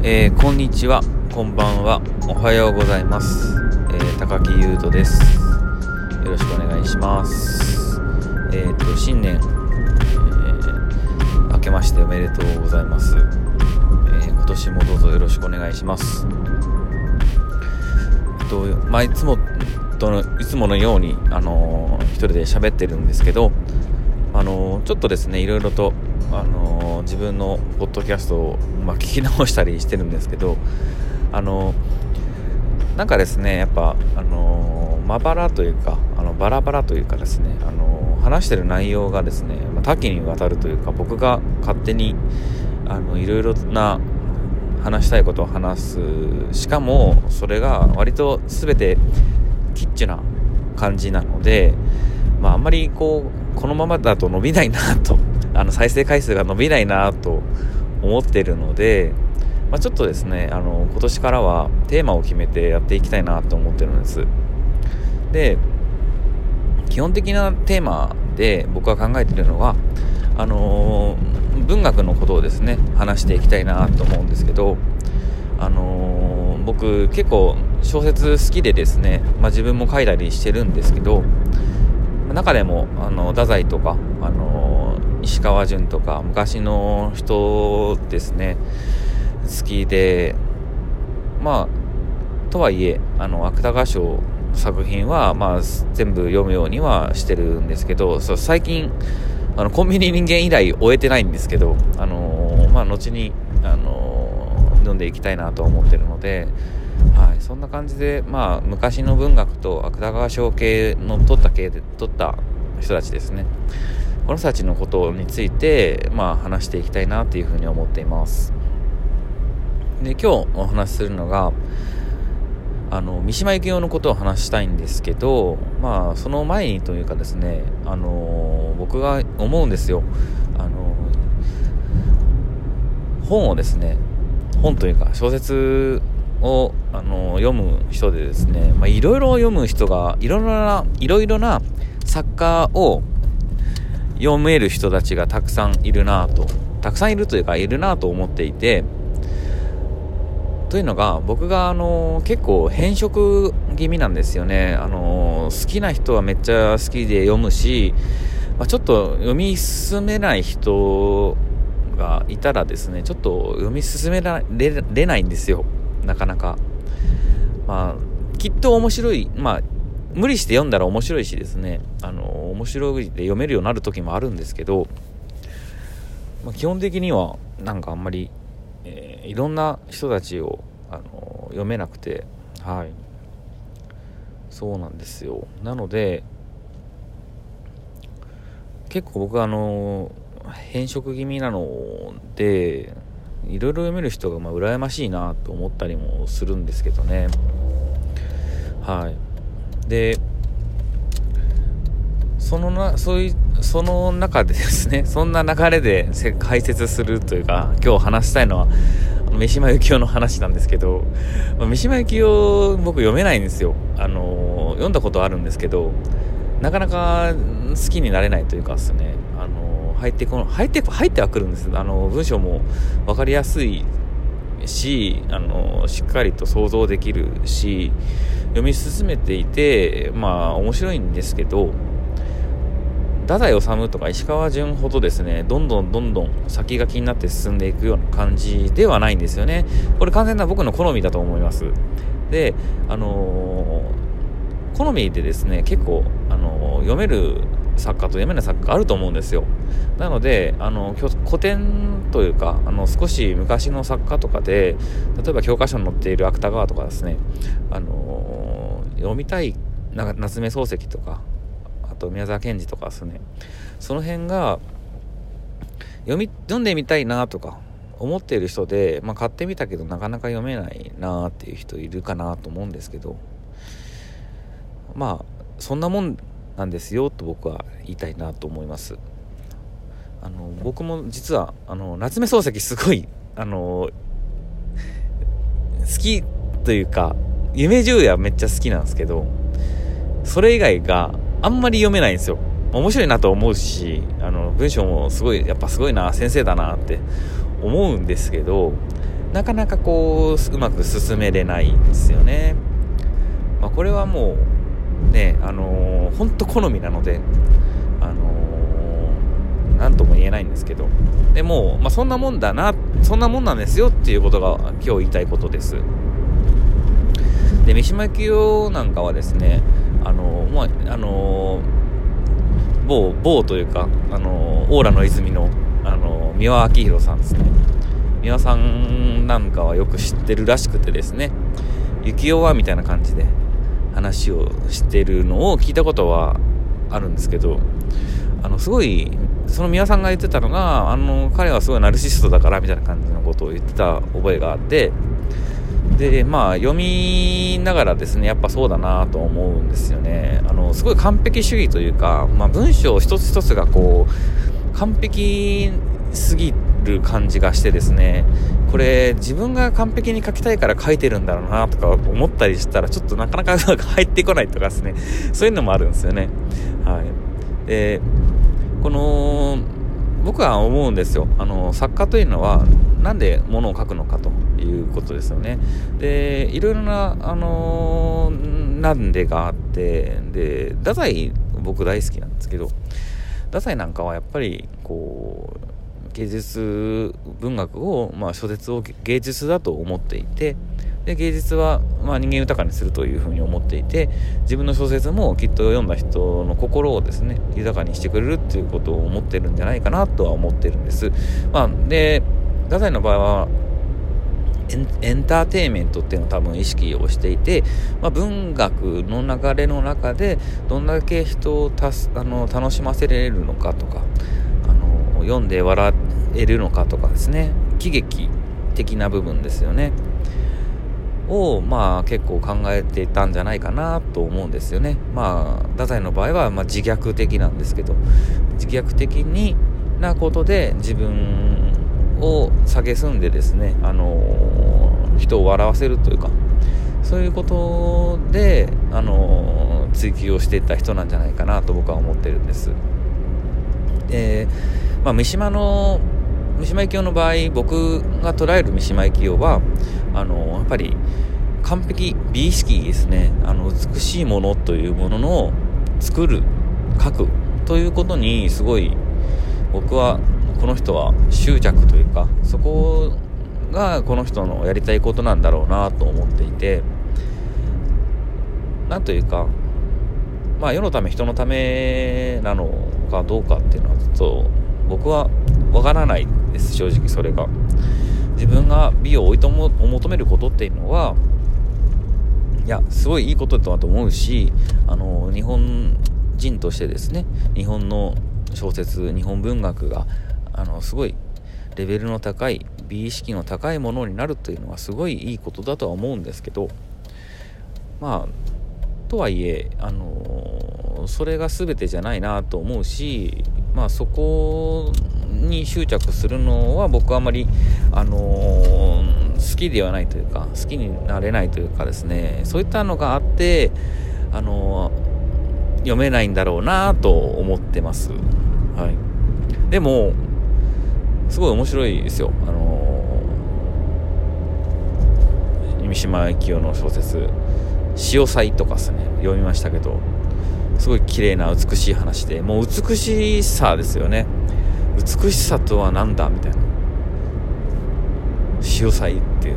こんにちは、こんばんは、おはようございます。高木優斗です。よろしくお願いします。新年、明けましておめでとうございます。今年もどうぞよろしくお願いします。いつものように一人で喋ってるんですけど、ちょっとですね、いろいろと自分のポッドキャストを、聞き直したりしてるんですけど、なんかですね、やっぱバラバラというかですね、話してる内容がですね、多岐にわたるというか、僕が勝手にいろいろな話したいことを話す。しかもそれが割と全てキッチュな感じなので、あんまりこのままだと伸びないなと再生回数が伸びないなと思っているので、ちょっとですね今年からはテーマを決めてやっていきたいなと思ってるんです。で、基本的なテーマで僕が考えているのは文学のことをですね話していきたいなと思うんですけど、僕結構小説好きでですね、自分も書いたりしてるんですけど、中でも太宰とか石川淳とか昔の人ですね好きで、とはいえ芥川賞作品は全部読むようにはしてるんですけど、最近コンビニ人間以来終えてないんですけど、後に読んでいきたいなと思ってるので、そんな感じで昔の文学と芥川賞系の取った人たちですね、この人たちのことについて話していきたいなというふうに思っています。で、今日お話しするのが三島由紀夫のことを話したいんですけど、その前にというかですね、僕が思うんですよ。本というか小説を読む人でですね、いろいろ読む人がいろいろな作家を読める人たちがたくさんいるなと思っていて、というのが僕が結構偏食気味なんですよね。好きな人はめっちゃ好きで読むし、ちょっと読み進めない人がいたらですね、ちょっと読み進められないんですよ、なかなか。きっと面白い、無理して読んだら面白いしですね、面白いで読めるようになる時もあるんですけど、基本的にはあんまり、いろんな人たちを読めなくて、そうなんですよ。なので結構僕は偏食気味なので、いろいろ読める人が羨ましいなと思ったりもするんですけどね。で、その中でですね、そんな流れで解説するというか、今日話したいのは三島由紀夫の話なんですけど、三島由紀夫僕読めないんですよ。読んだことあるんですけど、なかなか好きになれないというかですね、入ってはくるんです。文章も分かりやすいし、しっかりと想像できるし、読み進めていて面白いんですけど、太宰治とか石川淳ほどですね、どんどん先が気になって進んでいくような感じではないんですよね。これ完全な僕の好みだと思います。で、好みでですね、結構読める作家と読めない作家あると思うんですよ。なので古典というか少し昔の作家とかで、例えば教科書に載っている芥川とかですね、読みたい夏目漱石とか、あと宮沢賢治とかですね、その辺が読んでみたいなとか思っている人で、買ってみたけどなかなか読めないなっていう人いるかなと思うんですけど、そんなもんなんですよと僕は言いたいなと思います。僕も実は夏目漱石すごい好きというか、夢十夜めっちゃ好きなんですけど、それ以外があんまり読めないんですよ。面白いなと思うし、文章もやっぱすごいな、先生だなって思うんですけど、 なかなかこううまく進めれないんですよね。これはもうね本当好みなのでなんとも言えないんですけど、でも、そんなもんなんですよっていうことが今日言いたいことです。で、三島由紀夫なんかはですね某というかオーラの泉の三輪明宏さんですね。三輪さんなんかはよく知ってるらしくてですね、幸男はみたいな感じで話をしてるのを聞いたことはあるんですけど、すごいその三輪さんが言ってたのが彼はすごいナルシストだからみたいな感じのことを言ってた覚えがあって、で読みながらですね、やっぱそうだなと思うんですよね。すごい完璧主義というか、文章一つ一つがこう完璧すぎる感じがしてですね、これ自分が完璧に書きたいから書いてるんだろうなとか思ったりしたら、ちょっとなかなか入ってこないとかですね、そういうのもあるんですよね。はい。で、僕は思うんですよ。作家というのはなんで物を書くのかということですよね。で、いろいろななんでがあって、で、太宰僕大好きなんですけど、太宰なんかはやっぱりこう芸術文学を、小説を芸術だと思っていて、で芸術は、人間豊かにするというふうに思っていて、自分の小説もきっと読んだ人の心をですね豊かにしてくれるっていうことを思ってるんじゃないかなとは思ってるんです。で太宰の場合はエンターテインメントっていうのを多分意識をしていて、文学の流れの中でどんだけ人を楽しませれるのかとか、読んで笑えるのかとかですね、喜劇的な部分ですよねを結構考えていたんじゃないかなと思うんですよね。太宰の場合は自虐的なんですけど、自虐的なことで自分を蔑んでですね、人を笑わせるというか、そういうことで追求をしていった人なんじゃないかなと僕は思ってるんです。三島由紀夫の場合、僕が捉える三島由紀夫はやっぱり完璧美意識ですね。美しいものというものの作る書くということにすごい僕はこの人は執着というか、そこがこの人のやりたいことなんだろうなと思っていて、なんというか世のため人のためなのかどうかっていうのはちょっと僕はわからないです。正直それが自分が美を求めることっていうのは、いやすごいいいことだと思うし、日本人としてですね、日本の小説、日本文学がすごいレベルの高い美意識の高いものになるというのはすごいいいことだとは思うんですけど、とはいえそれが全てじゃないなと思うし、そこに執着するのは僕はあまり好きではないというか、好きになれないというかですね、そういったのがあって読めないんだろうなと思ってます。はい。でもすごい面白いですよ。三島由紀夫の小説潮騒とかですね、読みましたけど、すごい綺麗な美しい話で、もう美しさですよね。美しさとはなんだみたいな、潮騒っていう、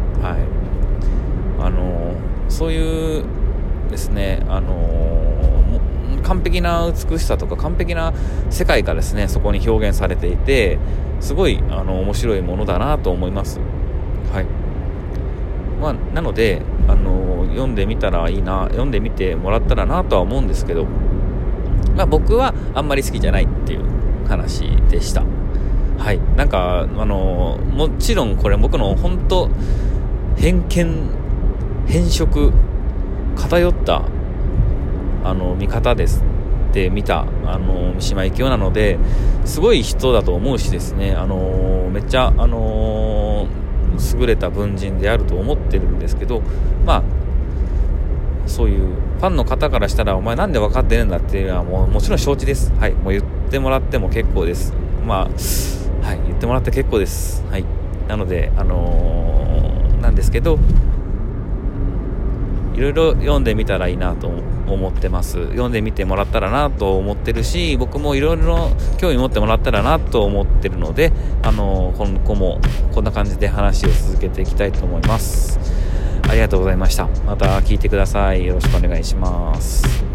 そういうですね、完璧な美しさとか完璧な世界がですねそこに表現されていて、すごい面白いものだなと思います。はい。なので読んでみたらいいな、読んでみてもらったらなとは思うんですけど、僕はあんまり好きじゃないっていう話でした。はい。もちろんこれ僕の本当偏食偏った見方ですって見た三島由紀夫なので、すごい人だと思うしですね、めっちゃ優れた文人であると思ってるんですけど、そういうファンの方からしたらお前なんで分かってねえんだっていうのはもちろん承知です。はい。もう言ってもらっても結構です。はい、言ってもらって結構です。はい。 なのでなんですけど、いろいろ読んでみたらいいなと思ってます。読んでみてもらったらなと思ってるし、僕もいろいろ興味持ってもらったらなと思ってるので、今後もこんな感じで話を続けていきたいと思います。ありがとうございました。また聞いてください。よろしくお願いします。